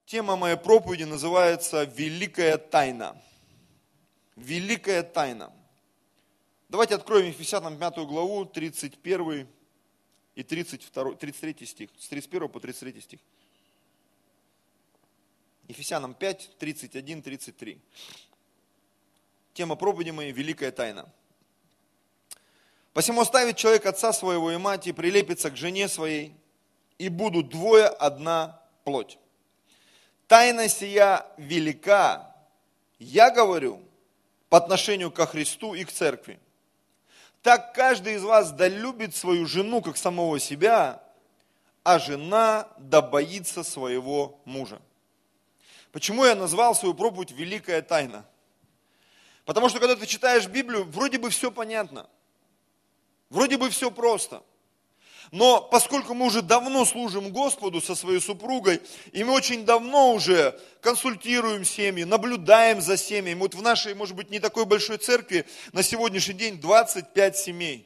Тема моей проповеди называется «Великая тайна». Великая тайна. Давайте откроем Ефесянам 5 главу, 31 и 32, 33 стих. С 31 по 33 стих. Ефесянам 5, 31, 33. Тема проповеди моей «Великая тайна». «Посему оставит человек отца своего и мать, и прилепится к жене своей, и будут двое одна плоть. Тайна сия велика, я говорю, по отношению ко Христу и к церкви. Так каждый из вас да любит свою жену, как самого себя, а жена да боится своего мужа». Почему я назвал свою проповедь «Великая тайна»? Потому что когда ты читаешь Библию, вроде бы все понятно, вроде бы все просто. Но поскольку мы уже давно служим Господу со своей супругой, и мы очень давно уже консультируем семьи, наблюдаем за семьями, вот в нашей, может быть, не такой большой церкви на сегодняшний день 25 семей.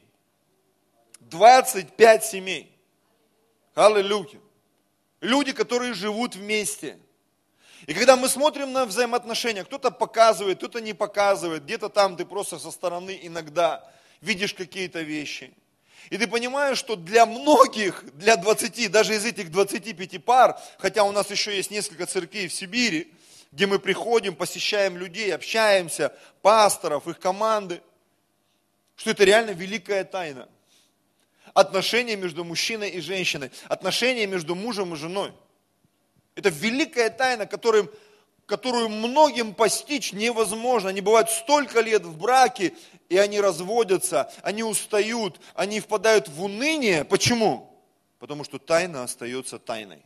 25 семей. Аллилуйя. Люди, которые живут вместе. И когда мы смотрим на взаимоотношения, кто-то показывает, кто-то не показывает, где-то там ты просто со стороны иногда видишь какие-то вещи. И ты понимаешь, что для многих, для 20, даже из этих 25 пар, хотя у нас еще есть несколько церквей в Сибири, где мы приходим, посещаем людей, общаемся, пасторов, их команды, что это реально великая тайна. Отношения между мужчиной и женщиной, отношения между мужем и женой. Это великая тайна, которую многим постичь невозможно. Они бывают столько лет в браке, и они разводятся, они устают, они впадают в уныние. Почему? Потому что тайна остается тайной.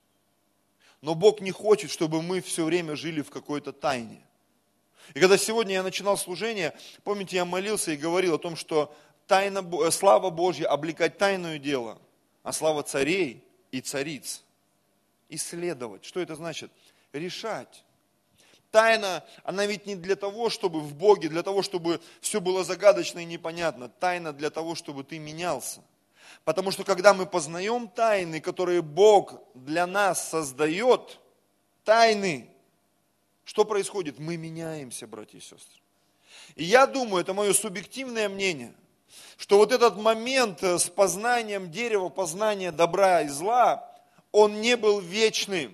Но Бог не хочет, чтобы мы все время жили в какой-то тайне. И когда сегодня я начинал служение, помните, я молился и говорил о том, что слава Божья облекать тайное дело, а слава царей и цариц исследовать. Что это значит? Решать. Тайна, она ведь не для того, чтобы в Боге, для того, чтобы все было загадочно и непонятно. Тайна для того, чтобы ты менялся. Потому что когда мы познаем тайны, которые Бог для нас создает, тайны, что происходит? Мы меняемся, братья и сестры. И я думаю, это мое субъективное мнение, что вот этот момент с познанием дерева, познания добра и зла, он не был вечным.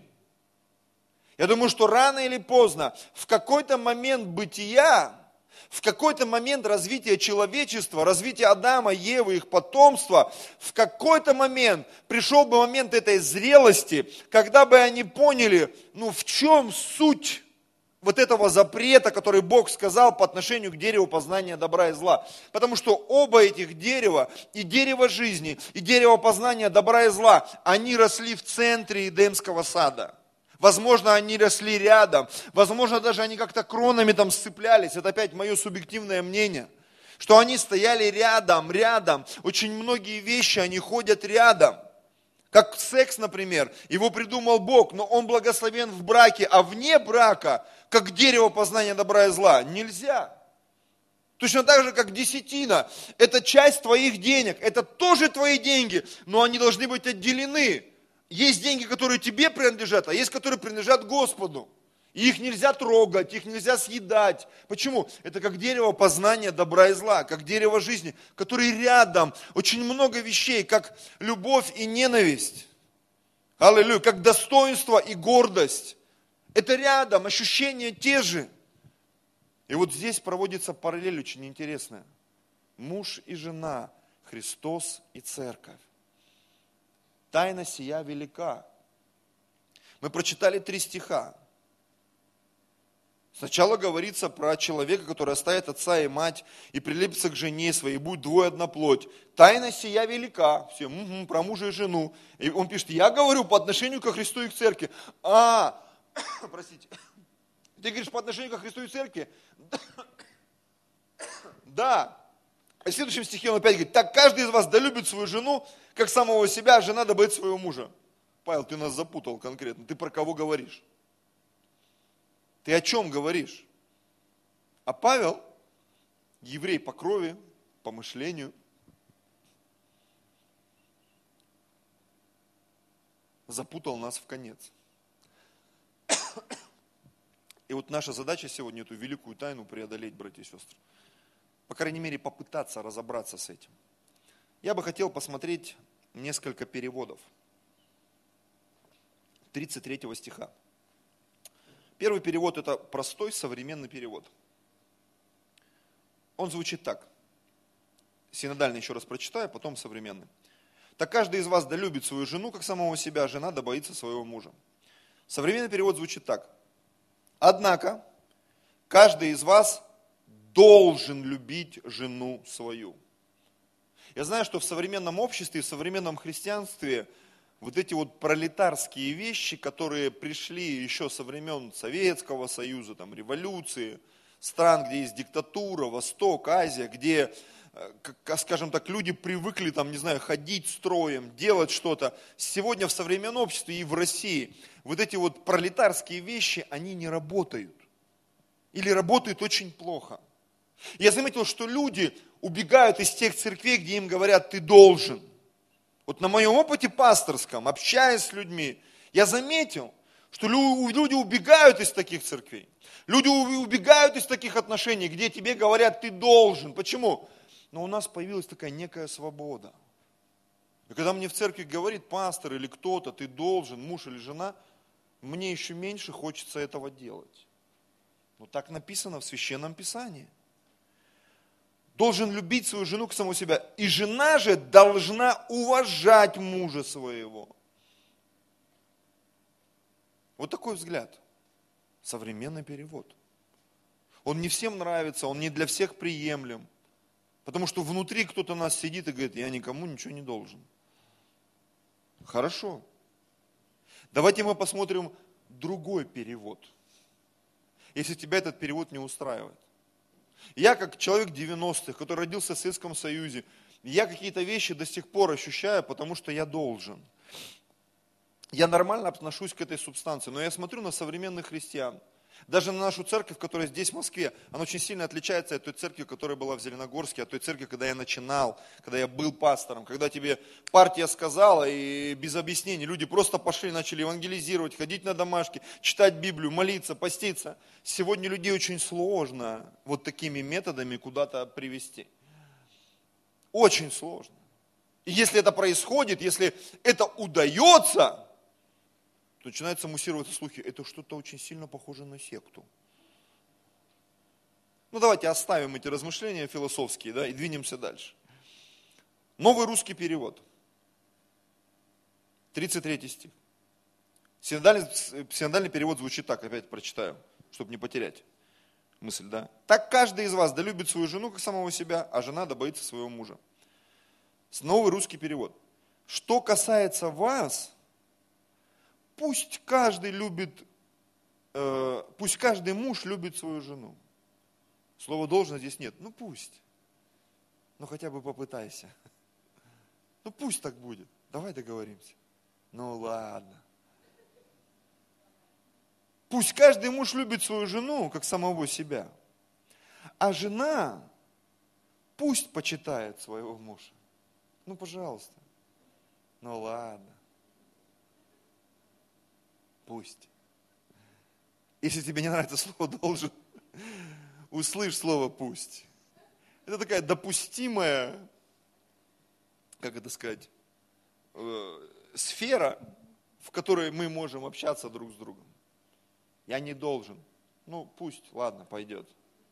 Я думаю, что рано или поздно, в какой-то момент бытия, в какой-то момент развития человечества, развития Адама, Евы, их потомства, в какой-то момент пришел бы момент этой зрелости, когда бы они поняли, в чем суть вот этого запрета, который Бог сказал по отношению к дереву познания добра и зла. Потому что оба этих дерева, и дерево жизни, и дерево познания добра и зла, они росли в центре Эдемского сада. Возможно, они росли рядом, возможно, даже они как-то кронами там сцеплялись. Это опять мое субъективное мнение, что они стояли рядом. Очень многие вещи, они ходят рядом. Как секс, например, его придумал Бог, но он благословен в браке, а вне брака, как дерево познания добра и зла, нельзя. Точно так же, как десятина, это часть твоих денег, это тоже твои деньги, но они должны быть отделены. Есть деньги, которые тебе принадлежат, а есть, которые принадлежат Господу. И их нельзя трогать, их нельзя съедать. Почему? Это как дерево познания добра и зла, как дерево жизни, которые рядом. Очень много вещей, как любовь и ненависть. Аллилуйя, как достоинство и гордость. Это рядом, ощущения те же. И вот здесь проводится параллель очень интересная. Муж и жена, Христос и церковь. Тайна сия велика. Мы прочитали 3 стиха. Сначала говорится про человека, который оставит отца и мать и прилепится к жене своей, и будет двое одна плоть. Тайна сия велика. Все, про мужа и жену. И он пишет, я говорю по отношению ко Христу и к церкви. Простите. Ты говоришь по отношению ко Христу и церкви? Да. А в следующем стихе он опять говорит, так каждый из вас да любит свою жену, как самого себя, а жена да боится своего мужа. Павел, ты нас запутал конкретно. Ты про кого говоришь? Ты о чем говоришь? А Павел, еврей по крови, по мышлению, запутал нас в конец. И вот наша задача сегодня эту великую тайну преодолеть, братья и сестры. По крайней мере, попытаться разобраться с этим. Я бы хотел посмотреть несколько переводов. 33 стиха. Первый перевод – это простой современный перевод. Он звучит так. Синодальный еще раз прочитаю, потом современный. «Так каждый из вас да любит свою жену, как самого себя, а жена да боится своего мужа». Современный перевод звучит так. «Однако, каждый из вас должен любить жену свою». Я знаю, что в современном обществе, в современном христианстве вот эти вот пролетарские вещи, которые пришли еще со времен Советского Союза, там, революции, стран, где есть диктатура, Восток, Азия, где, скажем так, люди привыкли, там, не знаю, ходить строем, делать что-то. Сегодня в современном обществе и в России вот эти вот пролетарские вещи, они не работают. Или работают очень плохо. Я заметил, что люди убегают из тех церквей, где им говорят, ты должен. Вот на моем опыте пасторском, общаясь с людьми, я заметил, что люди убегают из таких церквей. Люди убегают из таких отношений, где тебе говорят, ты должен. Почему? Но у нас появилась такая некая свобода. И когда мне в церкви говорит пастор или кто-то, ты должен, муж или жена, мне еще меньше хочется этого делать. Но так написано в Священном Писании. Должен любить свою жену как саму себя. И жена же должна уважать мужа своего. Вот такой взгляд. Современный перевод. Он не всем нравится, он не для всех приемлем. Потому что внутри кто-то нас сидит и говорит, я никому ничего не должен. Хорошо. Давайте мы посмотрим другой перевод. Если тебя этот перевод не устраивает. Я как человек 90-х, который родился в Советском Союзе, я какие-то вещи до сих пор ощущаю, потому что я должен. Я нормально отношусь к этой субстанции, но я смотрю на современных христиан. Даже на нашу церковь, которая здесь, в Москве, она очень сильно отличается от той церкви, которая была в Зеленогорске, от той церкви, когда я начинал, когда я был пастором, когда тебе партия сказала, и без объяснений люди просто пошли, начали евангелизировать, ходить на домашки, читать Библию, молиться, поститься. Сегодня людей очень сложно вот такими методами куда-то привести. Очень сложно. И если это происходит, если это удается, то начинаются муссироваться слухи, это что-то очень сильно похоже на секту. Ну давайте оставим эти размышления философские, да, и двинемся дальше. Новый русский перевод. 33 стих. Синодальный перевод звучит так, опять прочитаю, чтобы не потерять мысль, да. Так каждый из вас да любит свою жену, как самого себя, а жена да боится своего мужа. Новый русский перевод. Что касается вас, пусть каждый муж любит свою жену. Слова должно здесь нет. Ну пусть. Ну хотя бы попытайся. Ну пусть так будет. Давай договоримся. Ну ладно. Пусть каждый муж любит свою жену, как самого себя. А жена пусть почитает своего мужа. Ну пожалуйста. Ну ладно. Пусть. Если тебе не нравится слово «должен», услышь слово «пусть». Это такая допустимая, как это сказать, сфера, в которой мы можем общаться друг с другом. Я не должен. Ну, пусть, ладно, пойдет.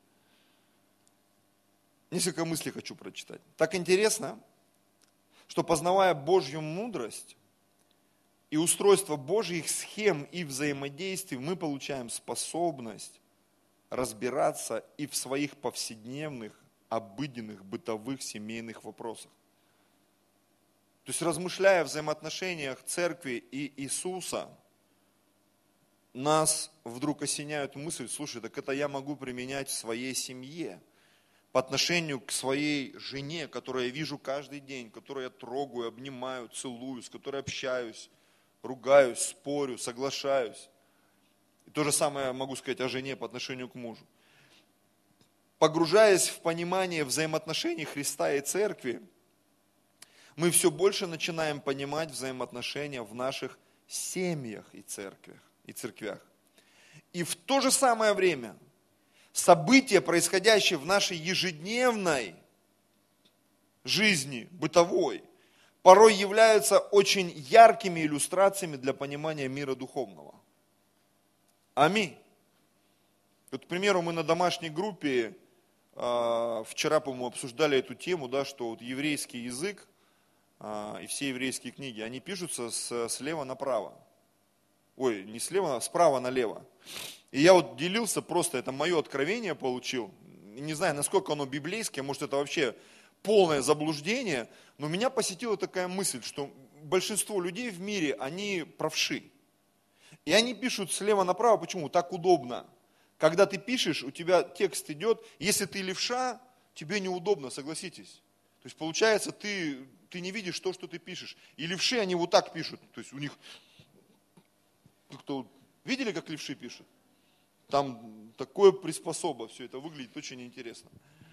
Несколько мыслей хочу прочитать. Так интересно, что познавая Божью мудрость, и устройство Божьих схем и взаимодействий, мы получаем способность разбираться и в своих повседневных, обыденных, бытовых, семейных вопросах. То есть, размышляя о взаимоотношениях церкви и Иисуса, нас вдруг осеняют мысль, слушай, так это я могу применять в своей семье, по отношению к своей жене, которую я вижу каждый день, которую я трогаю, обнимаю, целую, с которой общаюсь, ругаюсь, спорю, соглашаюсь. И то же самое могу сказать о жене по отношению к мужу. Погружаясь в понимание взаимоотношений Христа и Церкви, мы все больше начинаем понимать взаимоотношения в наших семьях и церквях. И в то же самое время события, происходящие в нашей ежедневной жизни, бытовой, порой являются очень яркими иллюстрациями для понимания мира духовного. Аминь. Вот, к примеру, мы на домашней группе вчера, по-моему, обсуждали эту тему, да, что вот еврейский язык и все еврейские книги, они пишутся слева направо. Ой, не слева, а справа налево. И я вот делился просто, это мое откровение получил. Не знаю, насколько оно библейское, может это вообще полное заблуждение, но меня посетила такая мысль, что большинство людей в мире, они правши. И они пишут слева направо, почему? Так удобно. Когда ты пишешь, у тебя текст идет, если ты левша, тебе неудобно, согласитесь. То есть получается, ты не видишь то, что ты пишешь. И левши, они вот так пишут. То есть у них как-то, видели, как левши пишут? Там такое приспособа, все это выглядит очень интересно.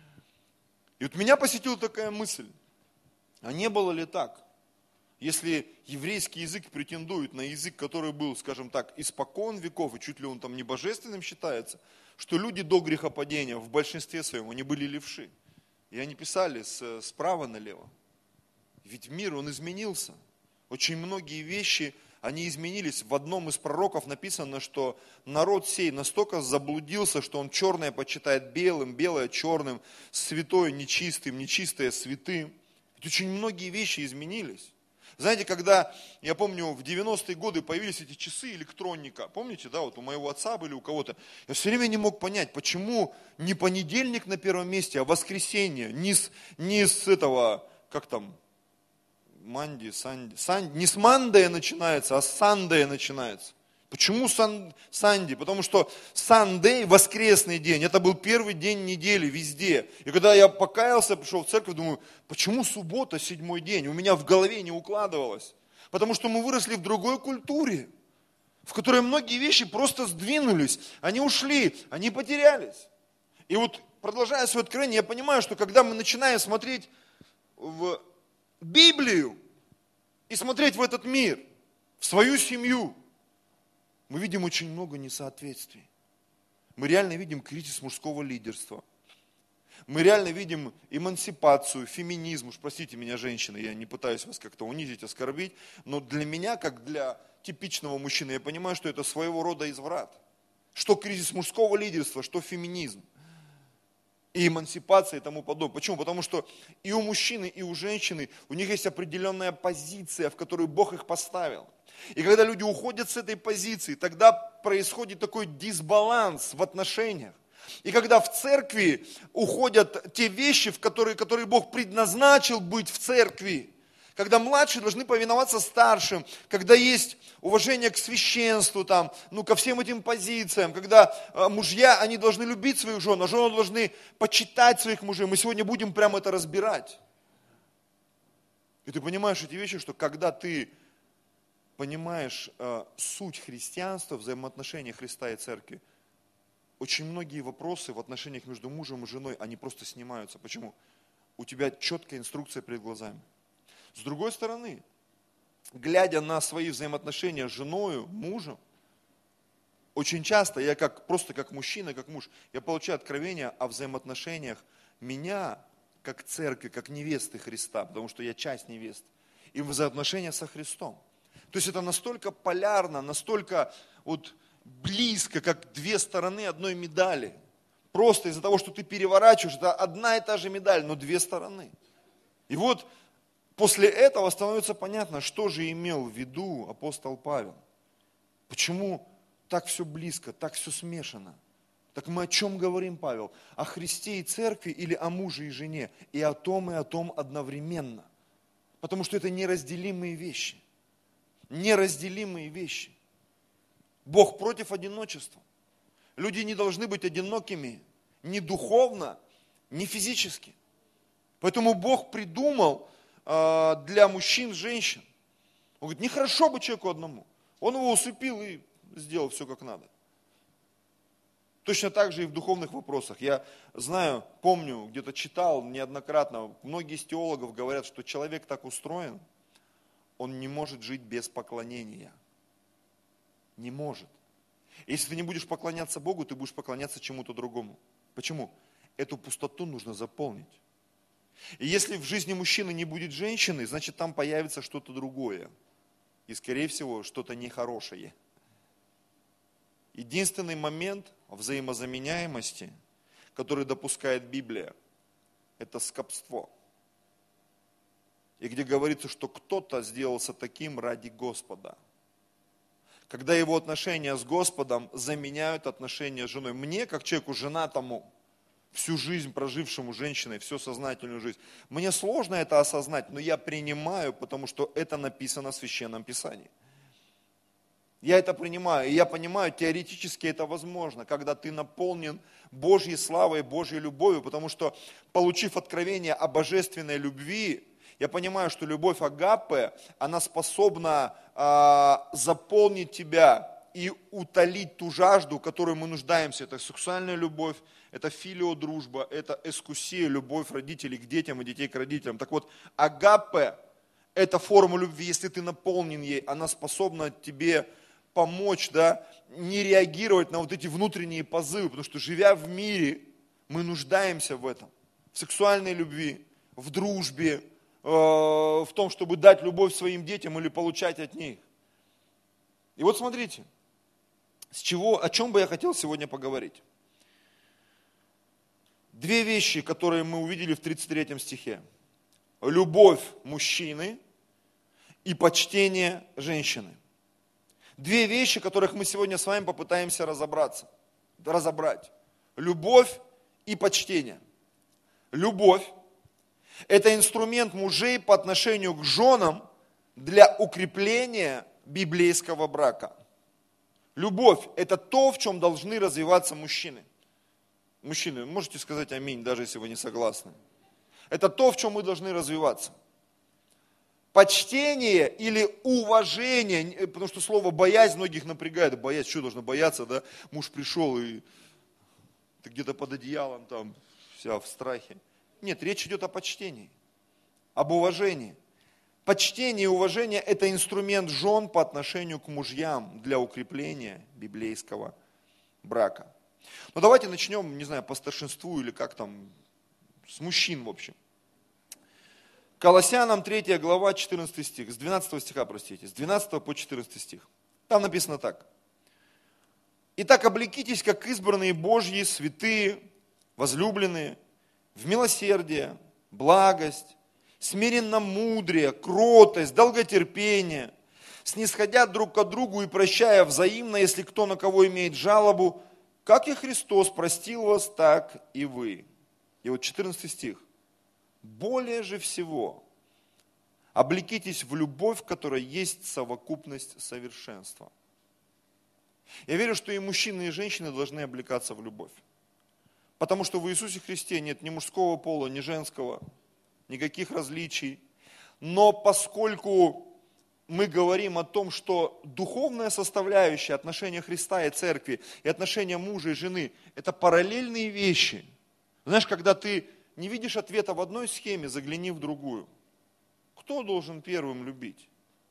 И вот меня посетила такая мысль, а не было ли так, если еврейский язык претендует на язык, который был, скажем так, испокон веков, и чуть ли он там не божественным считается, что люди до грехопадения в большинстве своем, они были левши. И они писали справа налево. Ведь мир, он изменился. Очень многие вещи, они изменились. В одном из пророков написано, что народ сей настолько заблудился, что он черное почитает белым, белое черным, святое нечистым, нечистое святым. Ведь очень многие вещи изменились. Знаете, когда, я помню, в 90-е годы появились эти часы электроника, помните, да, вот у моего отца были, у кого-то, я все время не мог понять, почему не понедельник на первом месте, а воскресенье, не с этого, как там, Манди, Санди, не с Мандая начинается, а с Сандая начинается. Почему Санди? Потому что Сандей, воскресный день, это был первый день недели везде. И когда я покаялся, пришел в церковь, думаю, почему суббота, 7-й день? У меня в голове не укладывалось. Потому что мы выросли в другой культуре, в которой многие вещи просто сдвинулись, они ушли, они потерялись. И вот, продолжая свое откровение, я понимаю, что когда мы начинаем смотреть в Библию и смотреть в этот мир, в свою семью, мы видим очень много несоответствий. Мы реально видим кризис мужского лидерства. Мы реально видим эмансипацию, феминизм. Уж простите меня, женщины, я не пытаюсь вас как-то унизить, оскорбить, но для меня, как для типичного мужчины, я понимаю, что это своего рода изврат. Что кризис мужского лидерства, что феминизм. И эмансипация и тому подобное. Почему? Потому что и у мужчины, и у женщины, у них есть определенная позиция, в которую Бог их поставил. И когда люди уходят с этой позиции, тогда происходит такой дисбаланс в отношениях. И когда в церкви уходят те вещи, которые Бог предназначил быть в церкви, когда младшие должны повиноваться старшим, когда есть уважение к священству, ко всем этим позициям, когда мужья, они должны любить своих жен, а жены должны почитать своих мужей. Мы сегодня будем прямо это разбирать. И ты понимаешь эти вещи, что когда ты понимаешь суть христианства, взаимоотношения Христа и церкви, очень многие вопросы в отношениях между мужем и женой, они просто снимаются. Почему? У тебя четкая инструкция перед глазами. С другой стороны, глядя на свои взаимоотношения с женой, мужем, очень часто я просто как мужчина, как муж, я получаю откровения о взаимоотношениях меня, как церкви, как невесты Христа, потому что я часть невесты, и взаимоотношения со Христом. То есть это настолько полярно, настолько близко, как две стороны одной медали. Просто из-за того, что ты переворачиваешь, это одна и та же медаль, но две стороны. И вот после этого становится понятно, что же имел в виду апостол Павел. Почему так все близко, так все смешано. Так мы о чем говорим, Павел? О Христе и церкви или о муже и жене? И о том одновременно. Потому что это неразделимые вещи. Неразделимые вещи. Бог против одиночества. Люди не должны быть одинокими ни духовно, ни физически. Поэтому Бог придумал для мужчин, женщин. Он говорит, нехорошо быть человеку одному. Он его усыпил и сделал все как надо. Точно так же и в духовных вопросах. Я знаю, помню, где-то читал неоднократно, многие из теологов говорят, что человек так устроен, он не может жить без поклонения. Не может. Если ты не будешь поклоняться Богу, ты будешь поклоняться чему-то другому. Почему? Эту пустоту нужно заполнить. И если в жизни мужчины не будет женщины, значит там появится что-то другое. И скорее всего что-то нехорошее. Единственный момент взаимозаменяемости, который допускает Библия, это скотство. И где говорится, что кто-то сделался таким ради Господа. Когда его отношения с Господом заменяют отношения с женой. Мне, как человеку женатому, всю жизнь прожившему женщиной, всю сознательную жизнь, мне сложно это осознать, но я принимаю, потому что это написано в Священном Писании. Я это принимаю, и я понимаю, теоретически это возможно, когда ты наполнен Божьей славой, Божьей любовью, потому что, получив откровение о божественной любви, я понимаю, что любовь агапе, она способна заполнить тебя и утолить ту жажду, в которой мы нуждаемся. Это сексуальная любовь, это филио-дружба, это эскусия, любовь родителей к детям и детей к родителям. Так вот, агапе – это форма любви, если ты наполнен ей, она способна тебе помочь, да, не реагировать на вот эти внутренние позывы, потому что, живя в мире, мы нуждаемся в этом, в сексуальной любви, в дружбе, в том, чтобы дать любовь своим детям или получать от них. И вот смотрите, о чем бы я хотел сегодня поговорить. Две вещи, которые мы увидели в 33 стихе. Любовь мужчины и почтение женщины. Две вещи, которых мы сегодня с вами попытаемся разобрать. Любовь и почтение. Любовь – это инструмент мужей по отношению к женам для укрепления библейского брака. Любовь – это то, в чем должны развиваться мужчины. Мужчины, можете сказать аминь, даже если вы не согласны. Это то, в чем мы должны развиваться. Почтение или уважение, потому что слово боязнь многих напрягает. Боязнь, что должно бояться, да? Муж пришел и ты где-то под одеялом, там, вся в страхе. Нет, речь идет о почтении, об уважении. Почтение и уважение – это инструмент жен по отношению к мужьям для укрепления библейского брака. Но давайте начнем, не знаю, по старшинству или как там, с мужчин в общем. Колоссянам 3 глава, 14 стих, с 12 стиха, простите, с 12 по 14 стих. Там написано так. «Итак, облекитесь, как избранные Божьи, святые, возлюбленные, в милосердие, благость, смиренно-мудрие, кротость, долготерпение, снисходя друг к другу и прощая взаимно, если кто на кого имеет жалобу, как и Христос простил вас, так и вы». И вот 14 стих. «Более же всего облекитесь в любовь, которая есть совокупность совершенства». Я верю, что и мужчины, и женщины должны облекаться в любовь. Потому что в Иисусе Христе нет ни мужского пола, ни женского, никаких различий. Но поскольку мы говорим о том, что духовная составляющая отношения Христа и церкви, и отношения мужа и жены, это параллельные вещи. Знаешь, когда ты не видишь ответа в одной схеме, загляни в другую. Кто должен первым любить?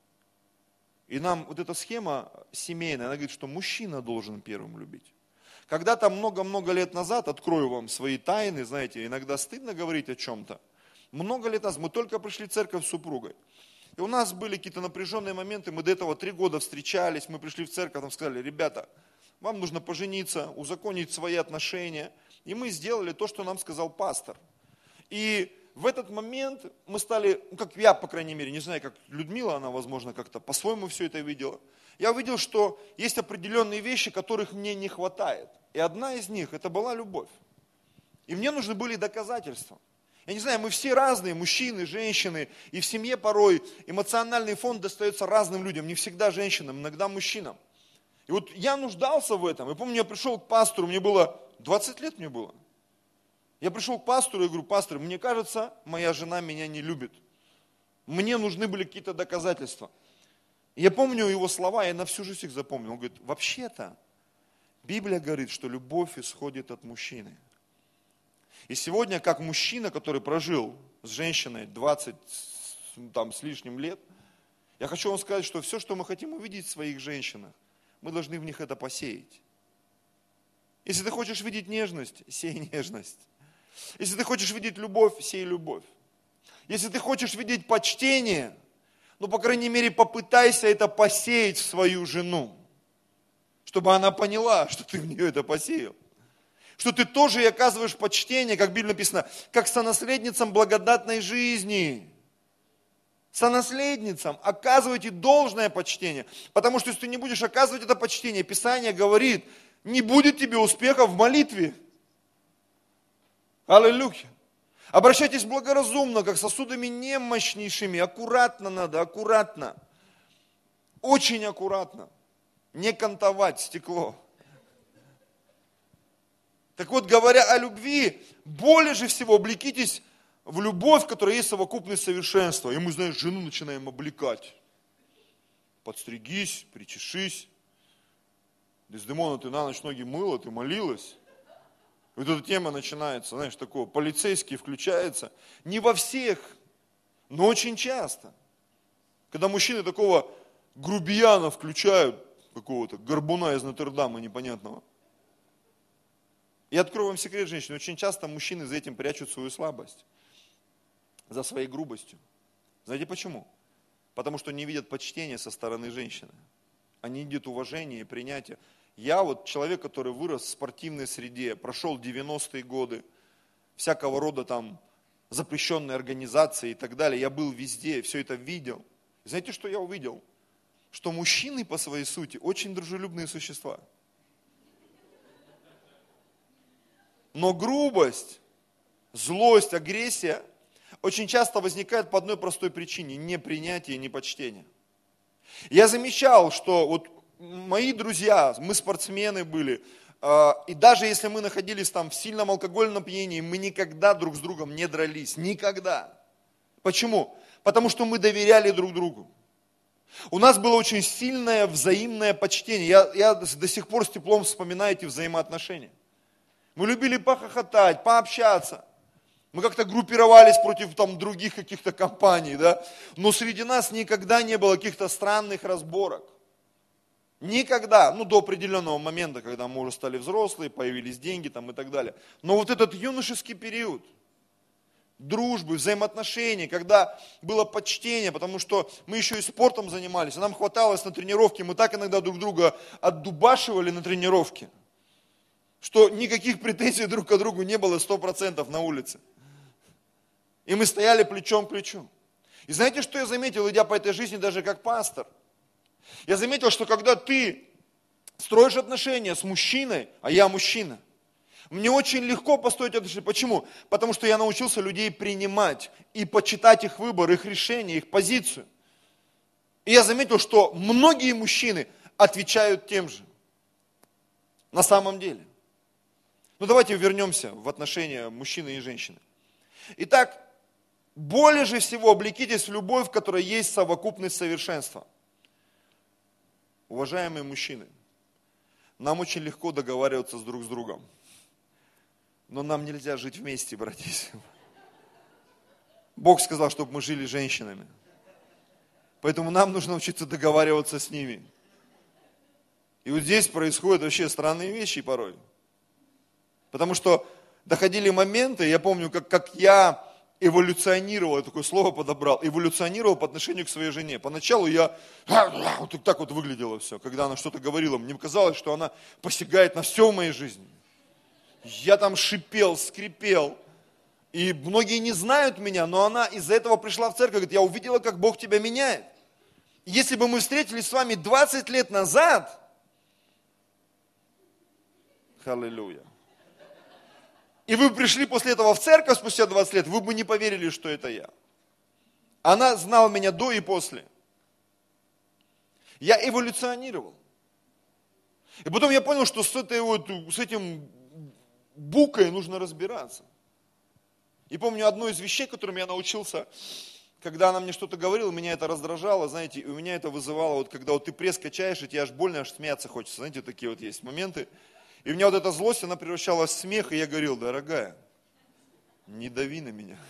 И нам вот эта схема семейная, она говорит, что мужчина должен первым любить. Когда-то много-много лет назад, открою вам свои тайны, знаете, иногда стыдно говорить о чем-то. Много лет назад мы только пришли в церковь с супругой. И у нас были какие-то напряженные моменты, мы до этого 3 года встречались, мы пришли в церковь, там сказали, ребята, вам нужно пожениться, узаконить свои отношения. И мы сделали то, что нам сказал пастор. И в этот момент мы стали, как я, по крайней мере, не знаю, как Людмила, она, возможно, как-то по-своему все это видела. Я увидел, что есть определенные вещи, которых мне не хватает. И одна из них, это была любовь. И мне нужны были доказательства. Я не знаю, мы все разные, мужчины, женщины, и в семье порой эмоциональный фон достается разным людям, не всегда женщинам, иногда мужчинам. И вот я нуждался в этом. Я помню, я пришел к пастору, мне было, 20 лет мне было. Я пришел к пастору и говорю, пастор, мне кажется, моя жена меня не любит. Мне нужны были какие-то доказательства. И я помню его слова, я на всю жизнь их запомнил. Он говорит, вообще-то, Библия говорит, что любовь исходит от мужчины. И сегодня, как мужчина, который прожил с женщиной 20 с лишним лет, я хочу вам сказать, что все, что мы хотим увидеть в своих женщинах, мы должны в них это посеять. Если ты хочешь видеть нежность, сей нежность. Если ты хочешь видеть любовь, сей любовь. Если ты хочешь видеть почтение, ну, по крайней мере, попытайся это посеять в свою жену, чтобы она поняла, что ты в нее это посеял. Что ты тоже ей оказываешь почтение, как в Библии написано, как сонаследницам благодатной жизни. Сонаследницам оказывайте должное почтение. Потому что если ты не будешь оказывать это почтение, Писание говорит, не будет тебе успеха в молитве. Аллилуйя. Обращайтесь благоразумно, как сосудами немощнейшими. Аккуратно надо, аккуратно. Очень аккуратно. Не кантовать стекло. Так вот, говоря о любви, более же всего облекитесь в любовь, в которой есть совокупность совершенства. И мы, знаешь, жену начинаем облекать. Подстригись, причешись. Дездемона, ты на ночь ноги мыла, ты молилась. И вот эта тема начинается, знаешь, такого, полицейский включается. Не во всех, но очень часто. Когда мужчины такого грубияна включают, какого-то горбуна из Нотр-Дама непонятного. И открою вам секрет, женщины, очень часто мужчины за этим прячут свою слабость, за своей грубостью. Знаете почему? Потому что не видят почтения со стороны женщины. Они видят уважение и принятие. Я вот человек, который вырос в спортивной среде, прошел 90-е годы, всякого рода там запрещенные организации и так далее. Я был везде, все это видел. И знаете, что я увидел? Что мужчины по своей сути очень дружелюбные существа. Но грубость, злость, агрессия очень часто возникает по одной простой причине – непринятие и непочтение. Я замечал, что вот мои друзья, мы спортсмены были, и даже если мы находились там в сильном алкогольном опьянении, мы никогда друг с другом не дрались, никогда. Почему? Потому что мы доверяли друг другу. У нас было очень сильное взаимное почтение. Я до сих пор с теплом вспоминаю эти взаимоотношения. Мы любили похохотать, пообщаться. Мы как-то группировались против там других каких-то компаний, да? Но среди нас никогда не было каких-то странных разборок. Никогда, ну до определенного момента, когда мы уже стали взрослые, появились деньги там и так далее. Но вот этот юношеский период, дружбы, взаимоотношений, когда было почтение, потому что мы еще и спортом занимались, и нам хваталось на тренировке, мы так иногда друг друга отдубашивали на тренировке, что никаких претензий друг к другу не было 100% на улице. И мы стояли плечом к плечу. И знаете, что я заметил, идя по этой жизни даже как пастор? Я заметил, что когда ты строишь отношения с мужчиной, а я мужчина, мне очень легко построить отношения. Почему? Потому что я научился людей принимать и почитать их выбор, их решение, их позицию. И я заметил, что многие мужчины отвечают тем же. На самом деле. Ну давайте вернемся в отношения мужчины и женщины. Итак, более же всего облекитесь в любовь, в которой есть совокупность совершенства. Уважаемые мужчины, нам очень легко договариваться друг с другом. Но нам нельзя жить вместе, братья и сестры. Бог сказал, чтобы мы жили женщинами. Поэтому нам нужно учиться договариваться с ними. И вот здесь происходят вообще странные вещи порой. Потому что доходили моменты, я помню, как я эволюционировал, я такое слово подобрал, эволюционировал по отношению к своей жене. Поначалу я вот так вот выглядело все, когда она что-то говорила. Мне казалось, что она посягает на все в моей жизни. Я там шипел, скрипел. И многие не знают меня, но она из-за этого пришла в церковь, говорит, я увидела, как Бог тебя меняет. Если бы мы встретились с вами 20 лет назад, аллилуйя, и вы пришли после этого в церковь спустя 20 лет, вы бы не поверили, что это я. Она знала меня до и после. Я эволюционировал. И потом я понял, что с этим букой нужно разбираться. И помню одну из вещей, которым я научился, когда она мне что-то говорила, меня это раздражало, знаете, и у меня это вызывало, вот когда вот ты пресс качаешь, и тебе аж больно, аж смеяться хочется. Знаете, такие вот есть моменты. И у меня вот эта злость, она превращалась в смех, и я говорил, дорогая, не дави на меня.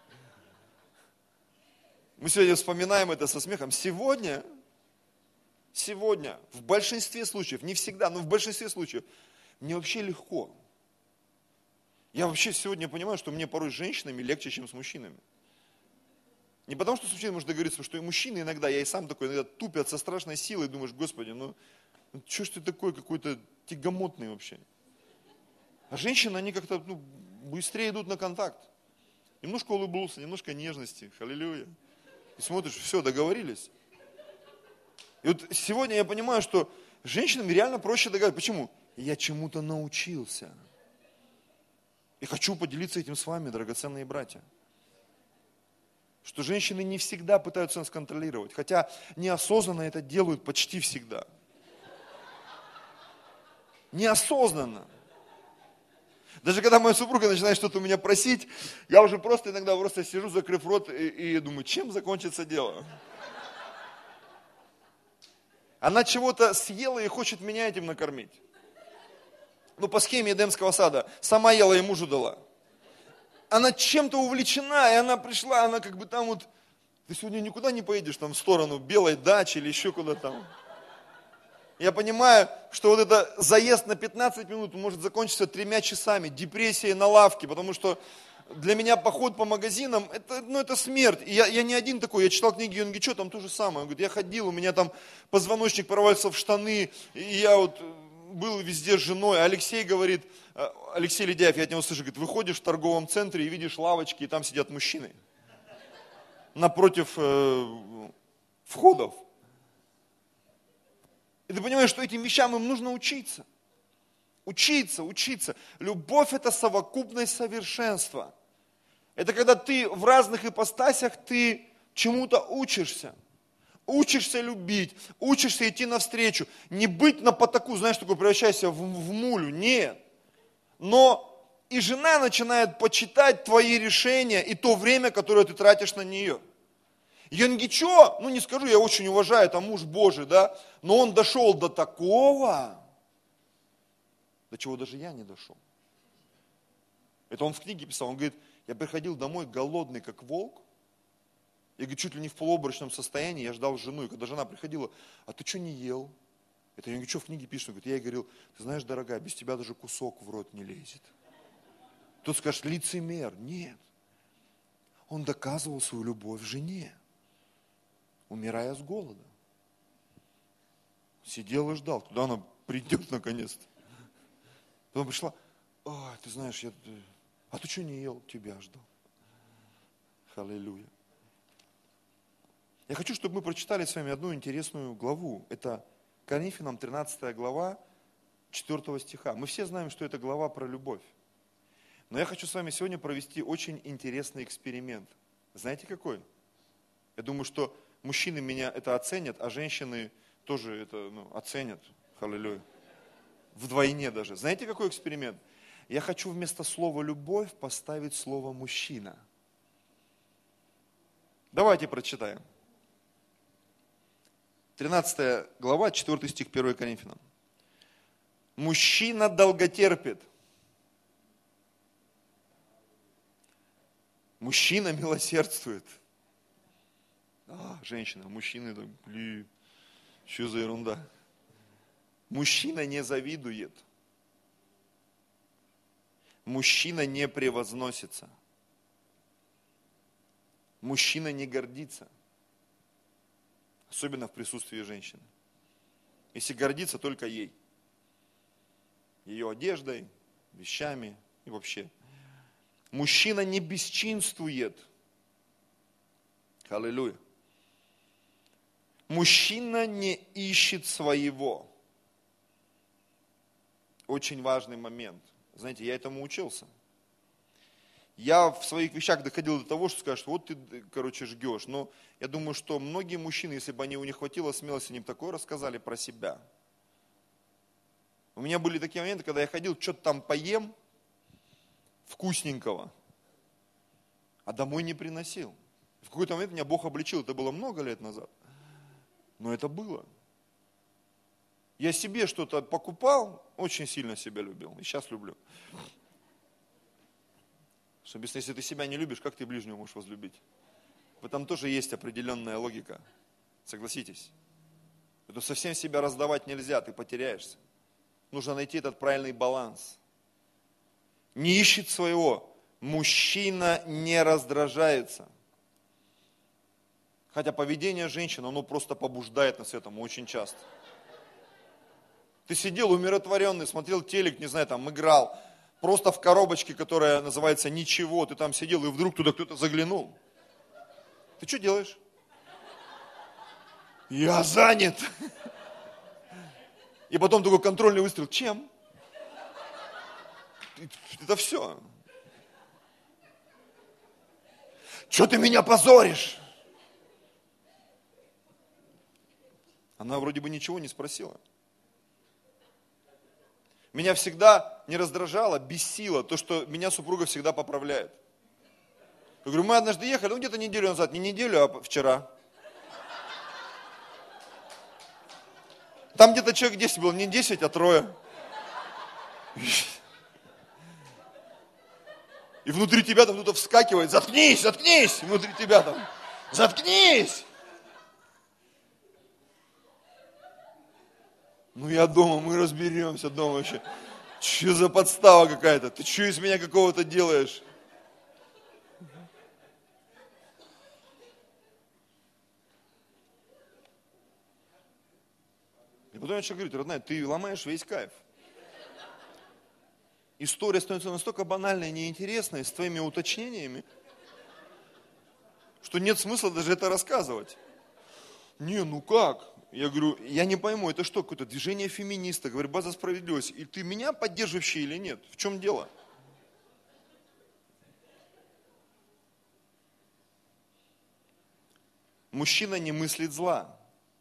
Мы сегодня вспоминаем это со смехом. Сегодня сегодня, в большинстве случаев, не всегда, но в большинстве случаев, мне вообще легко. Я вообще сегодня понимаю, что мне порой с женщинами легче, чем с мужчинами. Не потому, что с мужчиной можно договориться, потому что и мужчины иногда, я и сам такой, иногда тупят со страшной силой, думаешь, Господи, ну что ж ты такой какой-то тягомотный вообще? А женщины, они как-то быстрее идут на контакт. Немножко улыбнулся, немножко нежности, аллилуйя. И смотришь, все, договорились. И вот сегодня я понимаю, что женщинам реально проще договориться. Почему? Я чему-то научился. И хочу поделиться этим с вами, драгоценные братья. Что женщины не всегда пытаются нас контролировать, хотя неосознанно это делают почти всегда. Неосознанно. Даже когда моя супруга начинает что-то у меня просить, я уже иногда сижу, закрыв рот, и думаю, чем закончится дело? Она чего-то съела и хочет меня этим накормить. По схеме Эдемского сада. Сама ела и мужу дала. Она чем-то увлечена, и она пришла, она как бы там вот, ты сегодня никуда не поедешь, там в сторону белой дачи или еще куда-то там. Я понимаю, что вот это заезд на 15 минут может закончиться 3 часами, депрессией на лавке, потому что для меня поход по магазинам, это смерть. И я не один такой, я читал книги Йонги Чо, там то же самое. Он говорит, я ходил, у меня там позвоночник провалился в штаны, и я вот был везде с женой. Алексей говорит, Алексей Ледяев, я от него слышу, говорит, выходишь в торговом центре и видишь лавочки, и там сидят мужчины. Напротив входов. И ты понимаешь, что этим вещам им нужно учиться. Учиться. Любовь – это совокупность совершенства. Это когда ты в разных ипостасях, ты чему-то учишься. Учишься любить, учишься идти навстречу. Не быть на потоку, знаешь, такой превращайся в мулю. Нет. Но и жена начинает почитать твои решения и то время, которое ты тратишь на нее. Йонги Чо, не скажу, я очень уважаю, это муж Божий, да, но он дошел до такого, до чего даже я не дошел. Это он в книге писал, он говорит, я приходил домой голодный, как волк, я говорю, чуть ли не в полуобморочном состоянии, я ждал жену, и когда жена приходила, а ты что не ел? Это Йонги Чо в книге пишет, он говорит, я ей говорил, ты знаешь, дорогая, без тебя даже кусок в рот не лезет. Тут скажешь, лицемер. Нет. Он доказывал свою любовь жене, умирая с голода. Сидел и ждал, когда она придет наконец-то. Потом пришла, ты знаешь, а ты что не ел? Тебя ждал. Аллилуйя. Я хочу, чтобы мы прочитали с вами одну интересную главу. Это Коринфянам 13 глава, 4 стиха. Мы все знаем, что это глава про любовь. Но я хочу с вами сегодня провести очень интересный эксперимент. Знаете какой? Я думаю, что мужчины меня это оценят, а женщины тоже это оценят. Аллилуйя. Вдвойне даже. Знаете какой эксперимент? Я хочу вместо слова «любовь» поставить слово «мужчина». Давайте прочитаем. 13 глава, 4 стих 1 Коринфянам. Мужчина долготерпит. Мужчина милосердствует. Женщина, мужчины, что за ерунда. Мужчина не завидует. Мужчина не превозносится. Мужчина не гордится. Особенно в присутствии женщины. Если гордится, только ей. Ее одеждой, вещами и вообще. Мужчина не бесчинствует. Аллилуйя. Мужчина не ищет своего. Очень важный момент. Знаете, я этому учился. Я в своих вещах доходил до того, что скажешь, вот ты, жгешь. Но я думаю, что многие мужчины, если бы у них хватило смелости, они бы такое рассказали про себя. У меня были такие моменты, когда я ходил, что-то там поем, вкусненького, а домой не приносил. В какой-то момент меня Бог обличил, это было много лет назад, но это было. Я себе что-то покупал, очень сильно себя любил, и сейчас люблю. Что если ты себя не любишь, как ты ближнего можешь возлюбить? В этом тоже есть определенная логика, согласитесь. Это совсем себя раздавать нельзя, ты потеряешься. Нужно найти этот правильный баланс. Не ищет своего. Мужчина не раздражается. Хотя поведение женщины, оно просто побуждает нас этому очень часто. Ты сидел умиротворенный, смотрел телек, не знаю, там играл. Просто в коробочке, которая называется «Ничего», ты там сидел, и вдруг туда кто-то заглянул. Ты что делаешь? Я занят. И потом такой контрольный выстрел. Чем? Это все. Что ты меня позоришь? Она вроде бы ничего не спросила. Меня всегда не раздражало, бесило то, что меня супруга всегда поправляет. Я говорю, мы однажды ехали, где-то неделю назад, не неделю, а вчера. Там где-то человек 10 было, не 10, а 3. И внутри тебя там кто-то вскакивает, заткнись, заткнись, внутри тебя там, заткнись. Ну я дома, мы разберемся дома вообще. Что за подстава какая-то? Ты что из меня какого-то делаешь? И потом я говорю, родная, ты ломаешь весь кайф. История становится настолько банальной и неинтересной с твоими уточнениями, что нет смысла даже это рассказывать. Не, ну как? Я говорю, я не пойму, это что, какое-то движение феминисток, борьба за справедливость. И ты меня поддерживающий или нет? В чем дело? Мужчина не мыслит зла.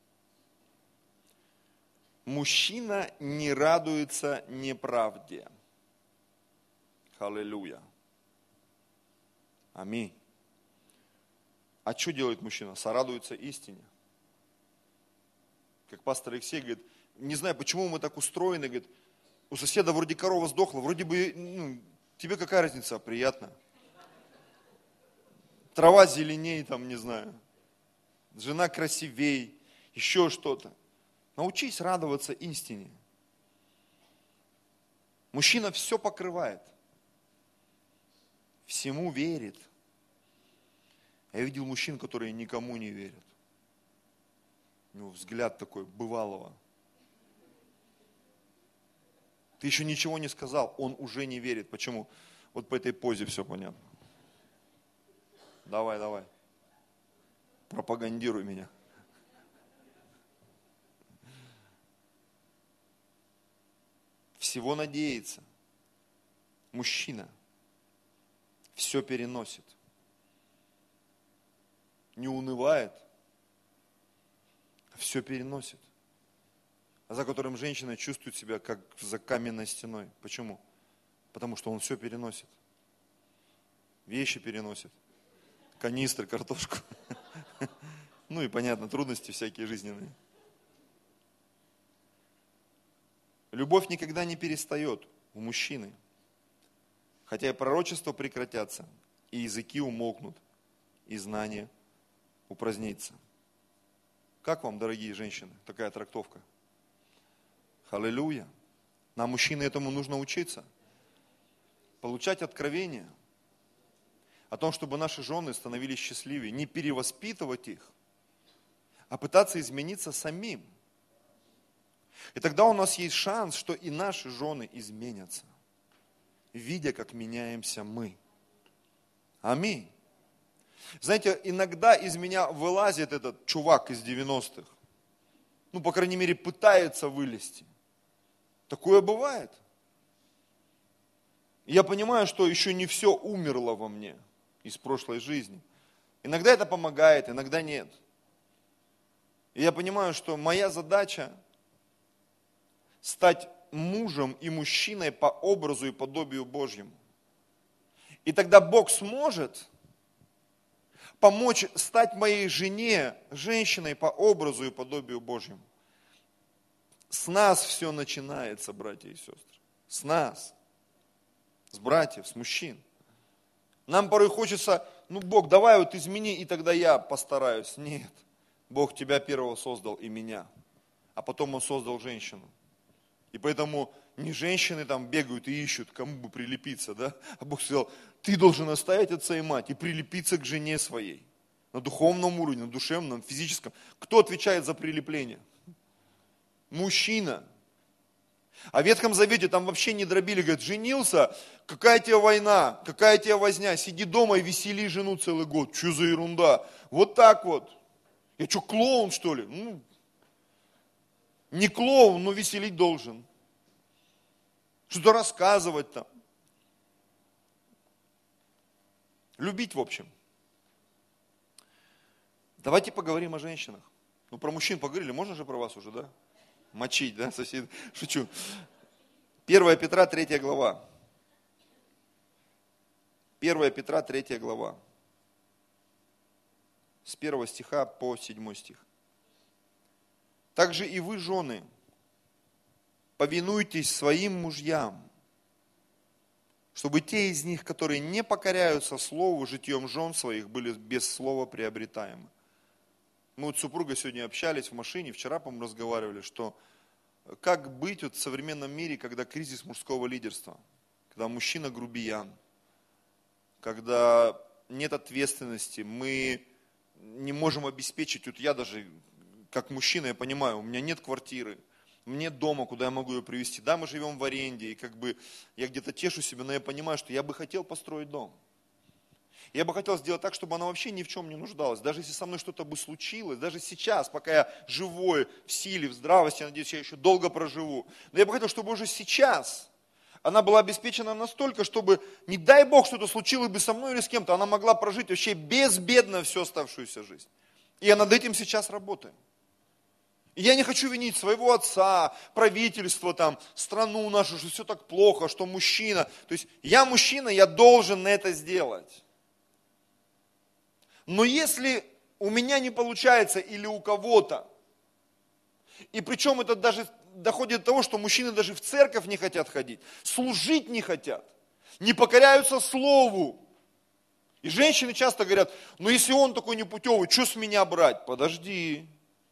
Мужчина не радуется неправде. Аллилуйя. Аминь. А что делает мужчина? Сорадуется истине. Как пастор Алексей говорит, не знаю, почему мы так устроены, говорит, у соседа вроде корова сдохла, вроде бы, тебе какая разница, приятно. Трава зеленей, там, не знаю, жена красивей, еще что-то. Научись радоваться истине. Мужчина все покрывает, всему верит. Я видел мужчин, которые никому не верят. У него взгляд такой бывалого. Ты еще ничего не сказал, он уже не верит. Почему? Вот по этой позе все понятно. Давай, давай. Пропагандируй меня. Всего надеется. Мужчина все переносит. Не унывает, а все переносит. А за которым женщина чувствует себя как за каменной стеной. Почему? Потому что он все переносит. Вещи переносит. Канистры, картошку. Ну и понятно, трудности всякие жизненные. Любовь никогда не перестает у мужчины. Хотя и пророчества прекратятся, и языки умолкнут, и знание упразднится. Как вам, дорогие женщины, такая трактовка? Аллилуйя. Нам, мужчины, этому нужно учиться. Получать откровения о том, чтобы наши жены становились счастливее. Не перевоспитывать их, а пытаться измениться самим. И тогда у нас есть шанс, что и наши жены изменятся, видя, как меняемся мы. Аминь. Знаете, иногда из меня вылазит этот чувак из 90-х. Ну, по крайней мере, пытается вылезти. Такое бывает. Я понимаю, что еще не все умерло во мне из прошлой жизни. Иногда это помогает, иногда нет. И я понимаю, что моя задача стать мужем и мужчиной по образу и подобию Божьему. И тогда Бог сможет помочь стать моей жене, женщиной по образу и подобию Божьему. С нас все начинается, братья и сестры. С нас. С братьев, с мужчин. Нам порой хочется, Бог, давай вот измени, и тогда я постараюсь. Нет, Бог тебя первого создал и меня. а потом Он создал женщину. И поэтому не женщины там бегают и ищут, кому бы прилепиться, да? А Бог сказал, ты должен оставить отца и мать и прилепиться к жене своей. На духовном уровне, на душевном, физическом. Кто отвечает за прилепление? Мужчина. А в Ветхом Завете там вообще не дробили, говорят, женился, какая тебе война, какая тебе возня, сиди дома и весели жену целый год. Что за ерунда? Вот так вот. Я что, клоун, что ли? Ну, не клоун, но веселить должен. Что-то рассказывать там. Любить, в общем. Давайте поговорим о женщинах. Ну, про мужчин поговорили, можно же про вас уже, да? Мочить, да, сосед? Шучу. 1 Петра, 3 глава. 1 Петра, 3 глава. С 1 стиха по 7 стих. Также и вы, жены, повинуйтесь своим мужьям, чтобы те из них, которые не покоряются слову, житьем жен своих, были без слова приобретаемы. Мы вот с супругой сегодня общались в машине, вчера, по-моему, разговаривали, что как быть вот в современном мире, когда кризис мужского лидерства, когда мужчина грубиян, когда нет ответственности, мы не можем обеспечить, вот я даже как мужчина, я понимаю, у меня нет квартиры, нет дома, куда я могу ее привезти. Да, мы живем в аренде, и как бы я где-то тешу себя, но я понимаю, что я бы хотел построить дом. Я бы хотел сделать так, чтобы она вообще ни в чем не нуждалась. Даже если со мной что-то бы случилось, даже сейчас, пока я живой, в силе, в здравости, я надеюсь, я еще долго проживу. Но я бы хотел, чтобы уже сейчас она была обеспечена настолько, чтобы, не дай Бог, что-то случилось бы со мной или с кем-то, она могла прожить вообще безбедно всю оставшуюся жизнь. И я над этим сейчас работаю. И я не хочу винить своего отца, правительство, там, страну нашу, что все так плохо, что мужчина. То есть я мужчина, я должен это сделать. Но если у меня не получается или у кого-то, и причем это даже доходит до того, что мужчины даже в церковь не хотят ходить, служить не хотят, не покоряются слову. И женщины часто говорят, ну если он такой непутевый, что с меня брать? Подожди.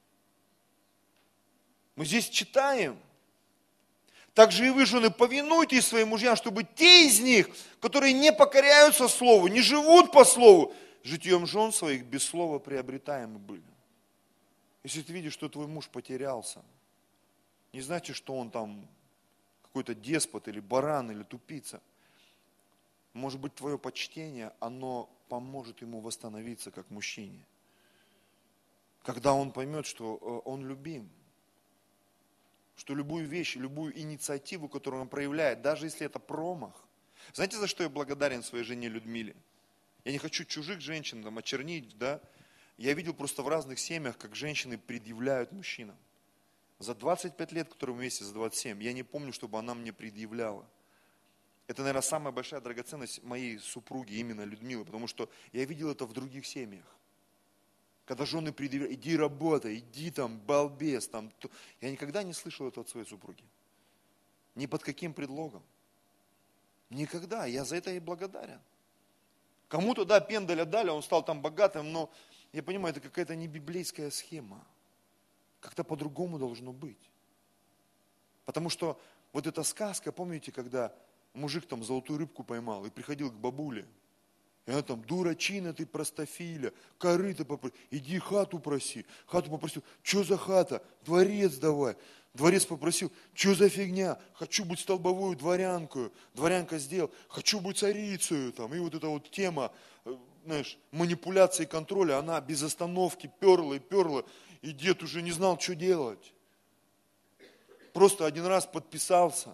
Мы здесь читаем. Также и вы, жены, повинуйтесь своим мужьям, чтобы те из них, которые не покоряются слову, не живут по слову, житьем жен своих без слова приобретаемы были. Если ты видишь, что твой муж потерялся, не значит, что он там какой-то деспот или баран или тупица. Может быть, твое почтение, оно поможет ему восстановиться как мужчине. Когда он поймет, что он любим, что любую вещь, любую инициативу, которую он проявляет, даже если это промах. Знаете, за что я благодарен своей жене Людмиле? Я не хочу чужих женщин там очернить, да. Я видел просто в разных семьях, как женщины предъявляют мужчинам. За 25 лет, которые мы вместе, за 27, я не помню, чтобы она мне предъявляла. Это, наверное, самая большая драгоценность моей супруги, именно Людмилы, потому что я видел это в других семьях. Когда жены предъявляют, иди работай, иди там, балбес. Там. Я никогда не слышал это от своей супруги. Ни под каким предлогом. Никогда. Я за это ей благодарен. Кому-то, да, пендаля дали, он стал там богатым, но я понимаю, это какая-то не библейская схема. Как-то по-другому должно быть. Потому что вот эта сказка, помните, когда мужик там золотую рыбку поймал и приходил к бабуле, и она там, дурачина ты, простофиля, корыто попроси, иди хату проси. Хату попросил, что за хата? Дворец давай. Дворец попросил, что за фигня? Хочу быть столбовую дворянкою. Дворянка сделал, хочу быть царицею. Там. И вот эта вот тема, знаешь, манипуляции и контроля, она без остановки перла и перла. И дед уже не знал, что делать. Просто один раз подписался.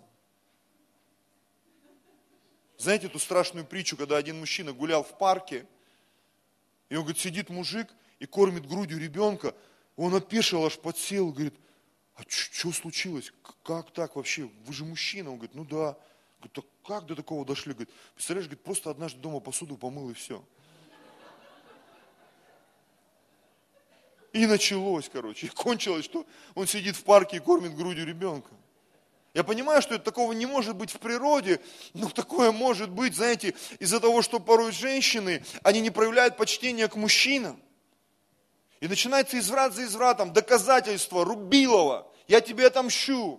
Знаете эту страшную притчу, когда один мужчина гулял в парке, и он, говорит, сидит мужик и кормит грудью ребенка, он опешил, аж подсел, говорит, а что случилось? Как так вообще? Вы же мужчина. Он говорит, ну да. Говорит, так как до такого дошли? Говорит, представляешь, говорит, просто однажды дома посуду помыл и все. И началось, короче. И кончилось, что он сидит в парке и кормит грудью ребенка. Я понимаю, что это такого не может быть в природе, но такое может быть, знаете, из-за того, что порой женщины, они не проявляют почтения к мужчинам. И начинается изврат за извратом, доказательства, Рубилова. я тебе отомщу.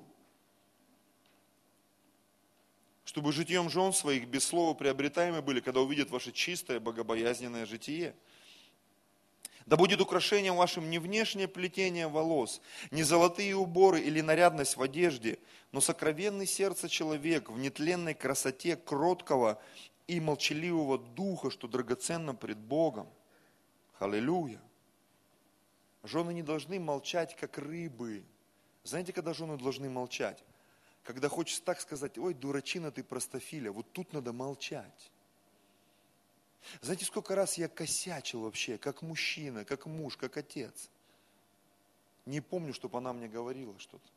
Чтобы житием жен своих без слова приобретаемы были, когда увидят ваше чистое, богобоязненное житие. Да будет украшением вашим не внешнее плетение волос, не золотые уборы или нарядность в одежде, но сокровенный сердце человек в нетленной красоте кроткого и молчаливого духа, что драгоценно пред Богом. Аллилуйя. Жены не должны молчать, как рыбы. Знаете, когда жены должны молчать? Когда хочется так сказать, ой, дурачина ты, простофиля, вот тут надо молчать. Знаете, сколько раз я косячил вообще, как мужчина, как муж, как отец. Не помню, чтобы она мне говорила что-то.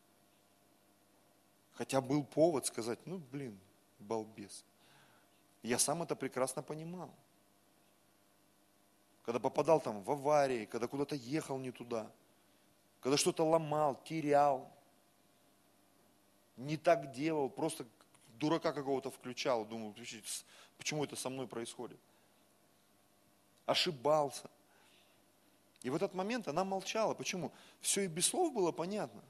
Хотя был повод сказать, ну, блин, балбес. Я сам это прекрасно понимал. Когда попадал там в аварии, когда куда-то ехал не туда, когда что-то ломал, терял, не так делал, просто дурака какого-то включал, думал, почему это со мной происходит. Ошибался. И в этот момент она молчала. Почему? Все и без слов было понятно.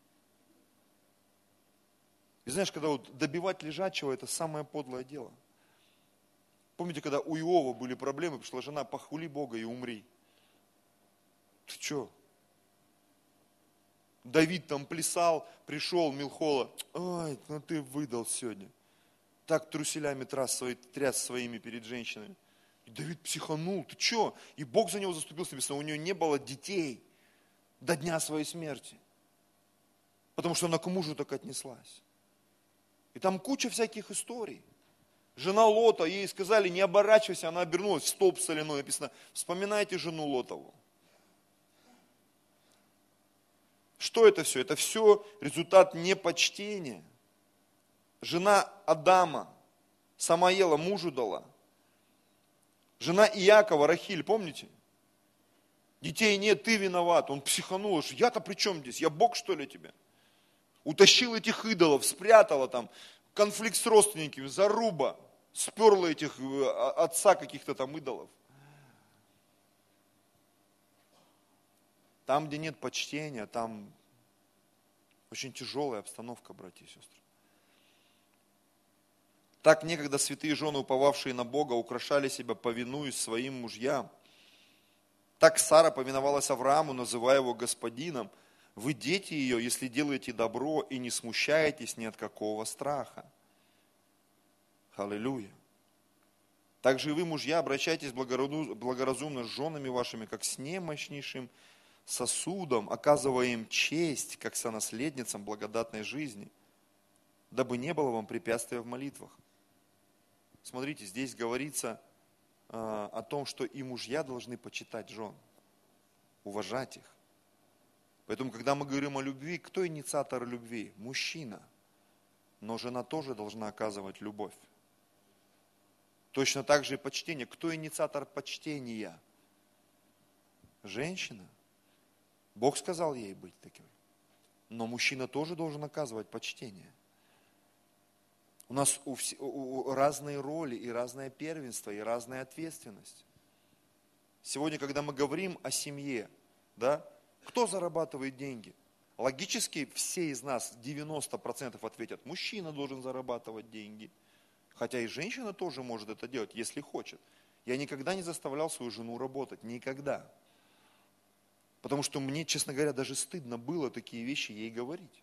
И знаешь, когда вот добивать лежачего, это самое подлое дело. Помните, когда у Иова были проблемы, пришла жена, похули Бога и умри. Ты что? Давид там плясал, пришел, Милхола, ой, ну ты выдал сегодня. Так труселями тряс своими перед женщинами. И Давид психанул, ты что? И Бог за него заступился, у нее не было детей до дня своей смерти. Потому что она к мужу так отнеслась. И там куча всяких историй. Жена Лота, ей сказали, не оборачивайся, она обернулась, столб соляной, написано, вспоминайте жену Лотову. Что это все? Это все результат непочтения. Жена Адама, Самаела мужу дала. Жена Иакова, Рахиль, помните? Детей нет, ты виноват. Он психанул, что я-то при чем здесь? Я Бог, что ли, тебе? Утащил этих идолов, спрятала там, конфликт с родственниками, заруба, сперла этих отца каких-то там идолов. Там, где нет почтения, там очень тяжелая обстановка, братья и сестры. Так некогда святые жены, уповавшие на Бога, украшали себя, повинуясь своим мужьям. Так Сара повиновалась Аврааму, называя его господином. Вы дети ее, если делаете добро и не смущаетесь ни от какого страха. Аллилуйя. Также и вы, мужья, обращайтесь благоразумно с женами вашими, как с немощнейшим сосудом, оказывая им честь, как сонаследницам благодатной жизни, дабы не было вам препятствия в молитвах. Смотрите, здесь говорится о том, что и мужья должны почитать жен, уважать их. Поэтому, когда мы говорим о любви, кто инициатор любви? Мужчина. Но жена тоже должна оказывать любовь. Точно так же и почтение. Кто инициатор почтения? Женщина. Бог сказал ей быть такой. Но мужчина тоже должен оказывать почтение. У нас разные роли, и разное первенство, и разная ответственность. Сегодня, когда мы говорим о семье, да, кто зарабатывает деньги? Логически все из нас, 90% ответят, мужчина должен зарабатывать деньги. Хотя и женщина тоже может это делать, если хочет. Я никогда не заставлял свою жену работать, никогда. Потому что мне, честно говоря, даже стыдно было такие вещи ей говорить.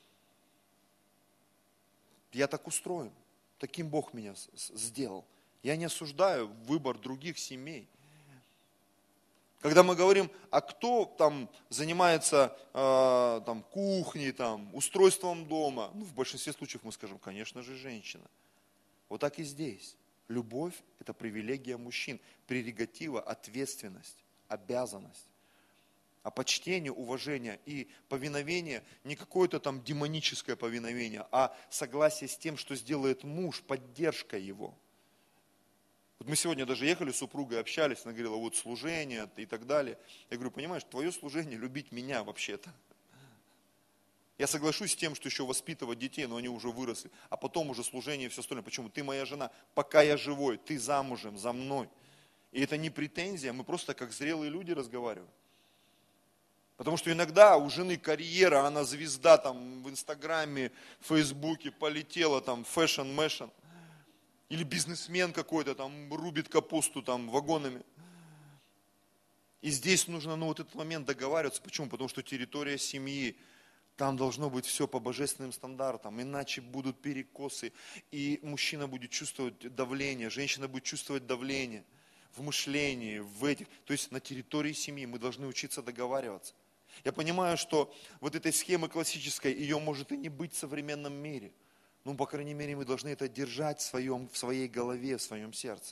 Я так устроен, таким Бог меня сделал. Я не осуждаю выбор других семей. Когда мы говорим, а кто там занимается там, кухней, там, устройством дома, ну, в большинстве случаев мы скажем, конечно же, женщина. Вот так и здесь. Любовь – это привилегия мужчин, прерогатива, ответственность, обязанность. А почтение, уважение и повиновение не какое-то там демоническое повиновение, а согласие с тем, что сделает муж, поддержка его. Вот мы сегодня даже ехали с супругой, общались, она говорила, вот служение и так далее. Я говорю, понимаешь, твое служение любить меня вообще-то. Я соглашусь с тем, что еще воспитывать детей, но они уже выросли. А потом уже служение и все остальное. Почему? Ты моя жена, пока я живой, ты замужем, за мной. И это не претензия, мы просто как зрелые люди разговариваем. Потому что иногда у жены карьера, она звезда там в Инстаграме, в Фейсбуке, полетела там фэшн-мэшн. Или бизнесмен какой-то там рубит капусту там вагонами. И здесь нужно, вот этот момент договариваться. Почему? Потому что территория семьи, там должно быть все по божественным стандартам, иначе будут перекосы. И мужчина будет чувствовать давление, женщина будет чувствовать давление в мышлении, в этих. То есть на территории семьи мы должны учиться договариваться. Я понимаю, что вот этой схемы классической, ее может и не быть в современном мире. Ну, по крайней мере, мы должны это держать в своей голове, в своем сердце.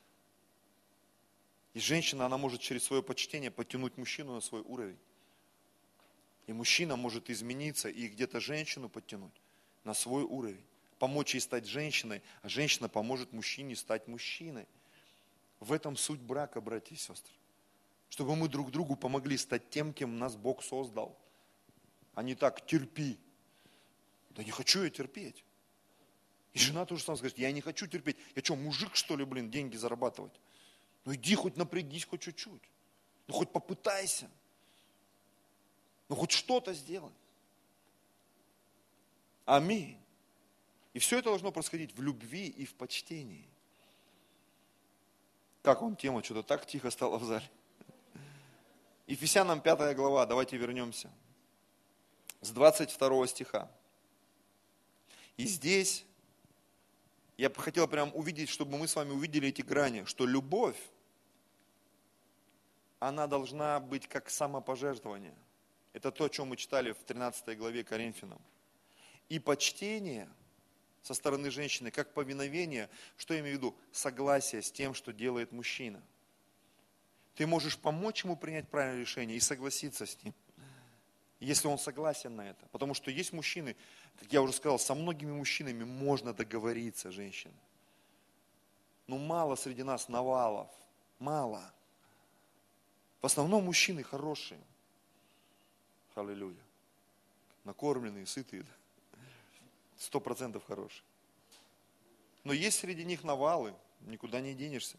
И женщина, она может через свое почтение подтянуть мужчину на свой уровень. И мужчина может измениться и где-то женщину подтянуть на свой уровень. Помочь ей стать женщиной, а женщина поможет мужчине стать мужчиной. В этом суть брака, братья и сестры. Чтобы мы друг другу помогли стать тем, кем нас Бог создал. А не так, терпи. Да не хочу я терпеть. И жена тоже сама скажет, я не хочу терпеть. Я что, мужик, что ли, деньги зарабатывать? Ну иди хоть напрягись, хоть чуть-чуть. Ну хоть попытайся. Ну хоть что-то сделай. Аминь. И все это должно происходить в любви и в почтении. Как вам тема? Что-то так тихо стало в зале. Ефесянам 5 глава, давайте вернемся. С 22 стиха. И здесь я бы хотел прям увидеть, чтобы мы с вами увидели эти грани, что любовь, она должна быть как самопожертвование. Это то, о чем мы читали в 13 главе Коринфянам. И почтение со стороны женщины, как повиновение, что я имею в виду? Согласие с тем, что делает мужчина. Ты можешь помочь ему принять правильное решение и согласиться с ним, если он согласен на это. Потому что есть мужчины, как я уже сказал, со многими мужчинами можно договориться, женщины. Но мало среди нас навалов, мало. В основном мужчины хорошие. Аллилуйя. Накормленные, сытые. 100% хорошие. Но есть среди них навалы, никуда не денешься.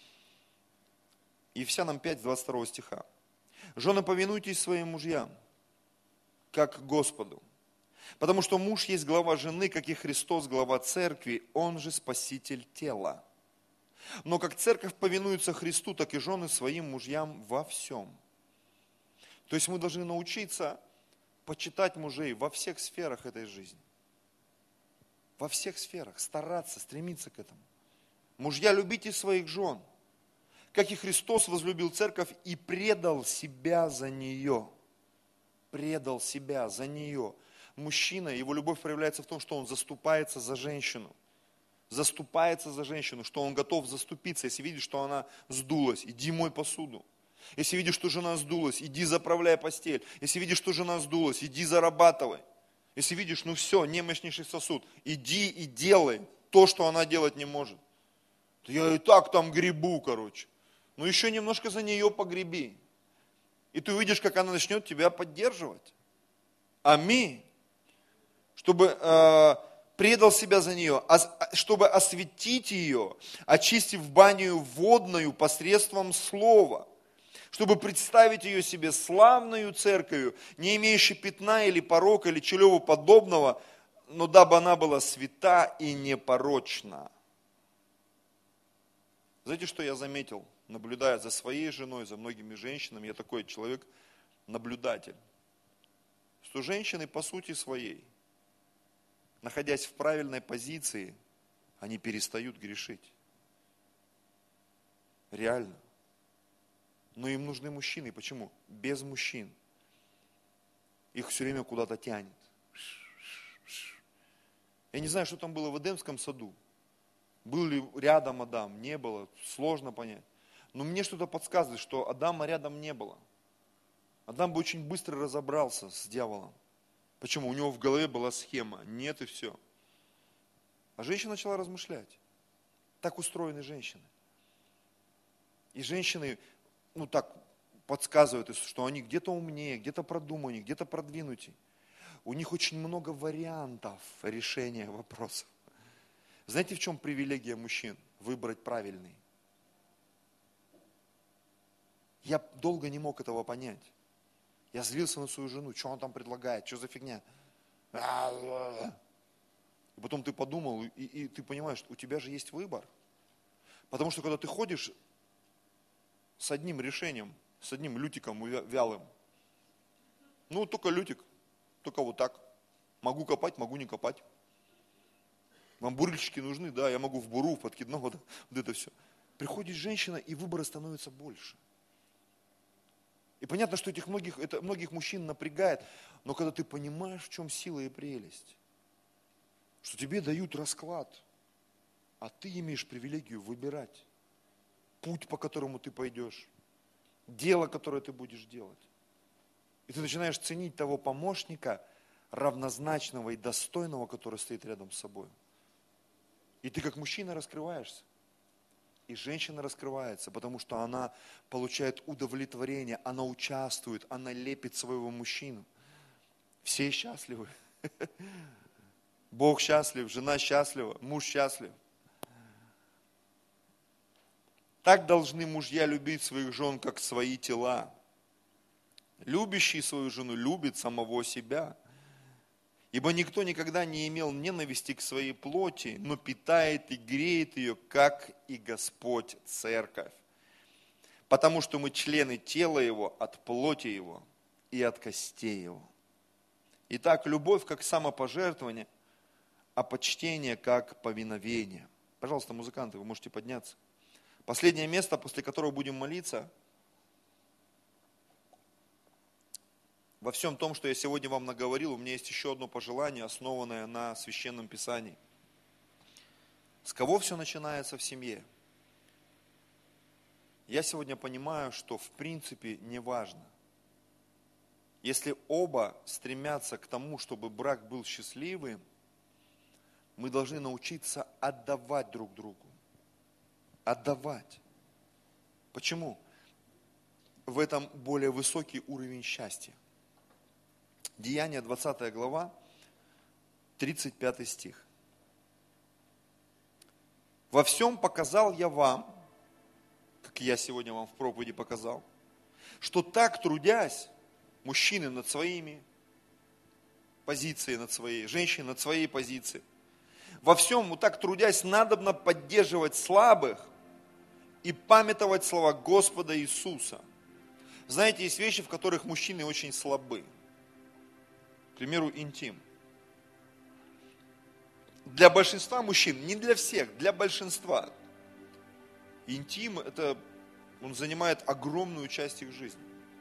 Ефесянам 5, 22 стиха. Жены, повинуйтесь своим мужьям, как Господу. Потому что муж есть глава жены, как и Христос глава церкви, он же спаситель тела. Но как церковь повинуется Христу, так и жены своим мужьям во всем. То есть мы должны научиться почитать мужей во всех сферах этой жизни. Во всех сферах, стараться, стремиться к этому. Мужья, любите своих жен, как и Христос возлюбил церковь и предал себя за нее. Предал себя за нее. Мужчина, его любовь проявляется в том, что он заступается за женщину. Заступается за женщину, что он готов заступиться. Если видишь, что она сдулась, иди мой посуду. Если видишь, что жена сдулась, иди заправляй постель. Если видишь, что жена сдулась, иди зарабатывай. Если видишь, все, немощнейший сосуд, иди и делай то, что она делать не может. Я и так там гребу, еще немножко за нее погреби. И ты увидишь, как она начнет тебя поддерживать. Аминь. Чтобы предал себя за нее, чтобы осветить ее, очистив баню водную посредством слова, чтобы представить ее себе славную церковью, не имеющей пятна или порока, или чего подобного, но дабы она была свята и непорочна. Знаете, что я заметил, наблюдая за своей женой, за многими женщинами, я такой человек, наблюдатель, что женщины по сути своей, находясь в правильной позиции, они перестают грешить. Реально. Но им нужны мужчины. Почему? Без мужчин. Их все время куда-то тянет. Я не знаю, что там было в Эдемском саду. Был ли рядом Адам? Не было. Сложно понять. Но мне что-то подсказывает, что Адама рядом не было. Адам бы очень быстро разобрался с дьяволом. Почему? У него в голове была схема. Нет и все. А женщина начала размышлять. Так устроены женщины. И женщины, так подсказывают, что они где-то умнее, где-то продуманнее, где-то продвинутее. У них очень много вариантов решения вопросов. Знаете, в чем привилегия мужчин? Выбрать правильный. Я долго не мог этого понять. Я злился на свою жену, что она там предлагает, что за фигня. И потом ты подумал, и ты понимаешь, у тебя же есть выбор. Потому что когда ты ходишь с одним решением, с одним лютиком вялым, только лютик, только вот так. Могу копать, могу не копать. Вам бурильщики нужны? Да, я могу в буру, в подкидно, вот это все. Приходит женщина, и выбора становится больше. И понятно, что это многих мужчин напрягает, но когда ты понимаешь, в чем сила и прелесть, что тебе дают расклад, а ты имеешь привилегию выбирать путь, по которому ты пойдешь, дело, которое ты будешь делать. И ты начинаешь ценить того помощника, равнозначного и достойного, который стоит рядом с собой. И ты как мужчина раскрываешься. И женщина раскрывается, потому что она получает удовлетворение, она участвует, она лепит своего мужчину. Все счастливы. Бог счастлив, жена счастлива, муж счастлив. Так должны мужья любить своих жен, как свои тела. Любящий свою жену любит самого себя. Ибо никто никогда не имел ненависти к своей плоти, но питает и греет ее, как и Господь церковь. Потому что мы члены тела Его, от плоти Его и от костей Его. Итак, любовь как самопожертвование, а почтение как повиновение. Пожалуйста, музыканты, вы можете подняться. Последнее место, после которого будем молиться. Во всем том, что я сегодня вам наговорил, у меня есть еще одно пожелание, основанное на Священном Писании. С кого все начинается в семье? Я сегодня понимаю, что в принципе не важно. Если оба стремятся к тому, чтобы брак был счастливым, мы должны научиться отдавать друг другу. Отдавать. Почему? В этом более высокий уровень счастья. Деяния, 20 глава, 35 стих. «Во всем показал я вам, как я сегодня вам в проповеди показал, что так трудясь, мужчины над своими позицией, над своей, женщины над своей позицией, во всем вот так трудясь, надобно поддерживать слабых и памятовать слова Господа Иисуса». Знаете, есть вещи, в которых мужчины очень слабы. К примеру, интим. Для большинства мужчин, не для всех, для большинства, интим, он занимает огромную часть их жизни.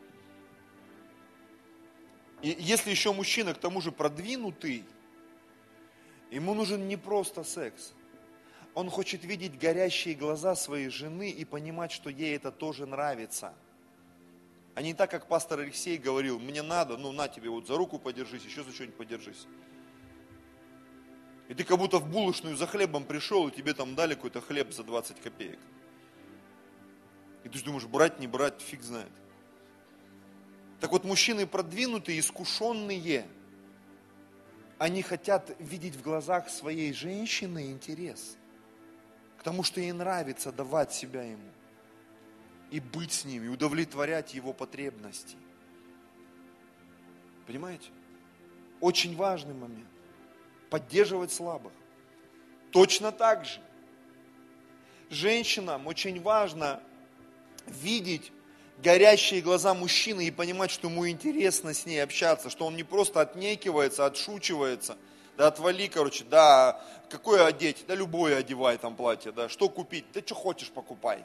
И если еще мужчина к тому же продвинутый, ему нужен не просто секс. Он хочет видеть горящие глаза своей жены и понимать, что ей это тоже нравится. А не так, как пастор Алексей говорил, мне надо, на тебе вот за руку подержись, еще за что-нибудь подержись. И ты как будто в булочную за хлебом пришел, и тебе там дали какой-то хлеб за 20 копеек. И ты же думаешь, брать, не брать, фиг знает. Так вот, мужчины продвинутые, искушенные, они хотят видеть в глазах своей женщины интерес к тому, что ей нравится давать себя ему. И быть с ним, и удовлетворять его потребности. Понимаете? Очень важный момент. Поддерживать слабых. Точно так же. Женщинам очень важно видеть горящие глаза мужчины и понимать, что ему интересно с ней общаться, что он не просто отнекивается, отшучивается. Да отвали, да, какое одеть? Да любое одевай там платье, да, что купить? Да что хочешь, покупай.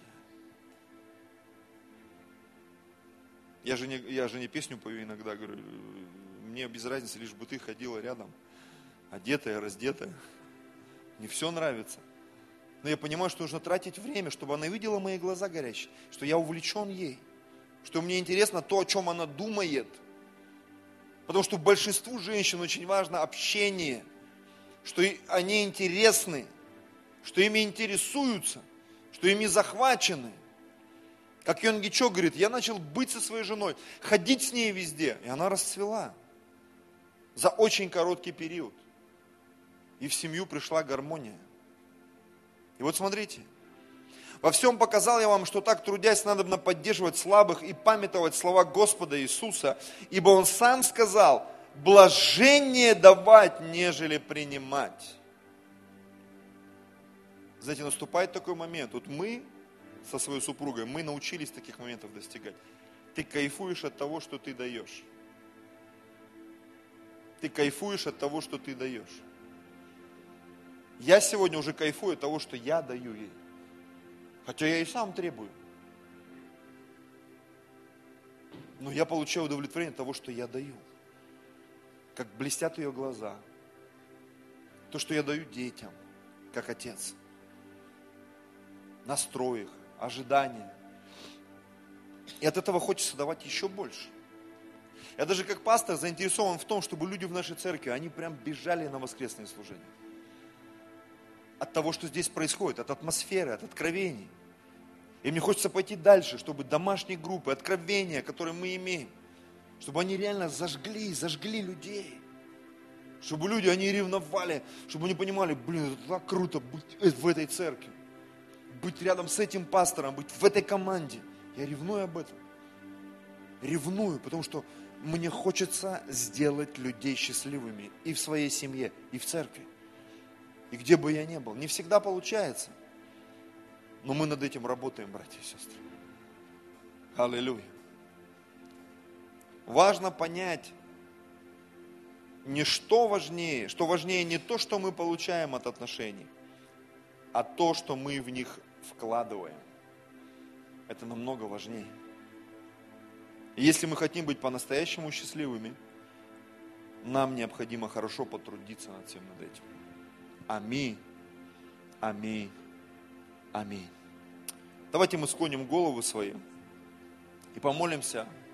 Я же не песню пою иногда, говорю, мне без разницы, лишь бы ты ходила рядом, одетая, раздетая. Мне все нравится. Но я понимаю, что нужно тратить время, чтобы она видела мои глаза горящие, что я увлечен ей, что мне интересно то, о чем она думает. Потому что большинству женщин очень важно общение, что они интересны, что ими интересуются, что ими захвачены. Как Йонги Чо говорит, я начал быть со своей женой, ходить с ней везде, и она расцвела за очень короткий период. И в семью пришла гармония. И вот смотрите, Во всем показал я вам, что так трудясь, надобно поддерживать слабых и памятовать слова Господа Иисуса, ибо Он сам сказал, блаженнее давать, нежели принимать. Знаете, наступает такой момент, вот мы со своей супругой, мы научились таких моментов достигать. Ты кайфуешь от того, что ты даешь. Ты кайфуешь от того, что ты даешь. Я сегодня уже кайфую от того, что я даю ей. Хотя я и сам требую. Но я получаю удовлетворение от того, что я даю. Как блестят ее глаза. То, что я даю детям, как отец. Настрой их, ожидания. И от этого хочется давать еще больше. Я даже как пастор заинтересован в том, чтобы люди в нашей церкви, они прям бежали на воскресные служения. От того, что здесь происходит, от атмосферы, от откровений. И мне хочется пойти дальше, чтобы домашние группы, откровения, которые мы имеем, чтобы они реально зажгли людей. Чтобы люди, они ревновали, чтобы они понимали, блин, это так круто быть в этой церкви. Быть рядом с этим пастором, быть в этой команде. Я ревную об этом. Ревную, потому что мне хочется сделать людей счастливыми и в своей семье, и в церкви. И где бы я ни был. Не всегда получается. Но мы над этим работаем, братья и сестры. Аллилуйя. Важно понять, что важнее не то, что мы получаем от отношений, а то, что мы в них вкладываем. Это намного важнее. И если мы хотим быть по-настоящему счастливыми, нам необходимо хорошо потрудиться над всем над этим. Аминь. Аминь. Аминь. Давайте мы склоним головы свои и помолимся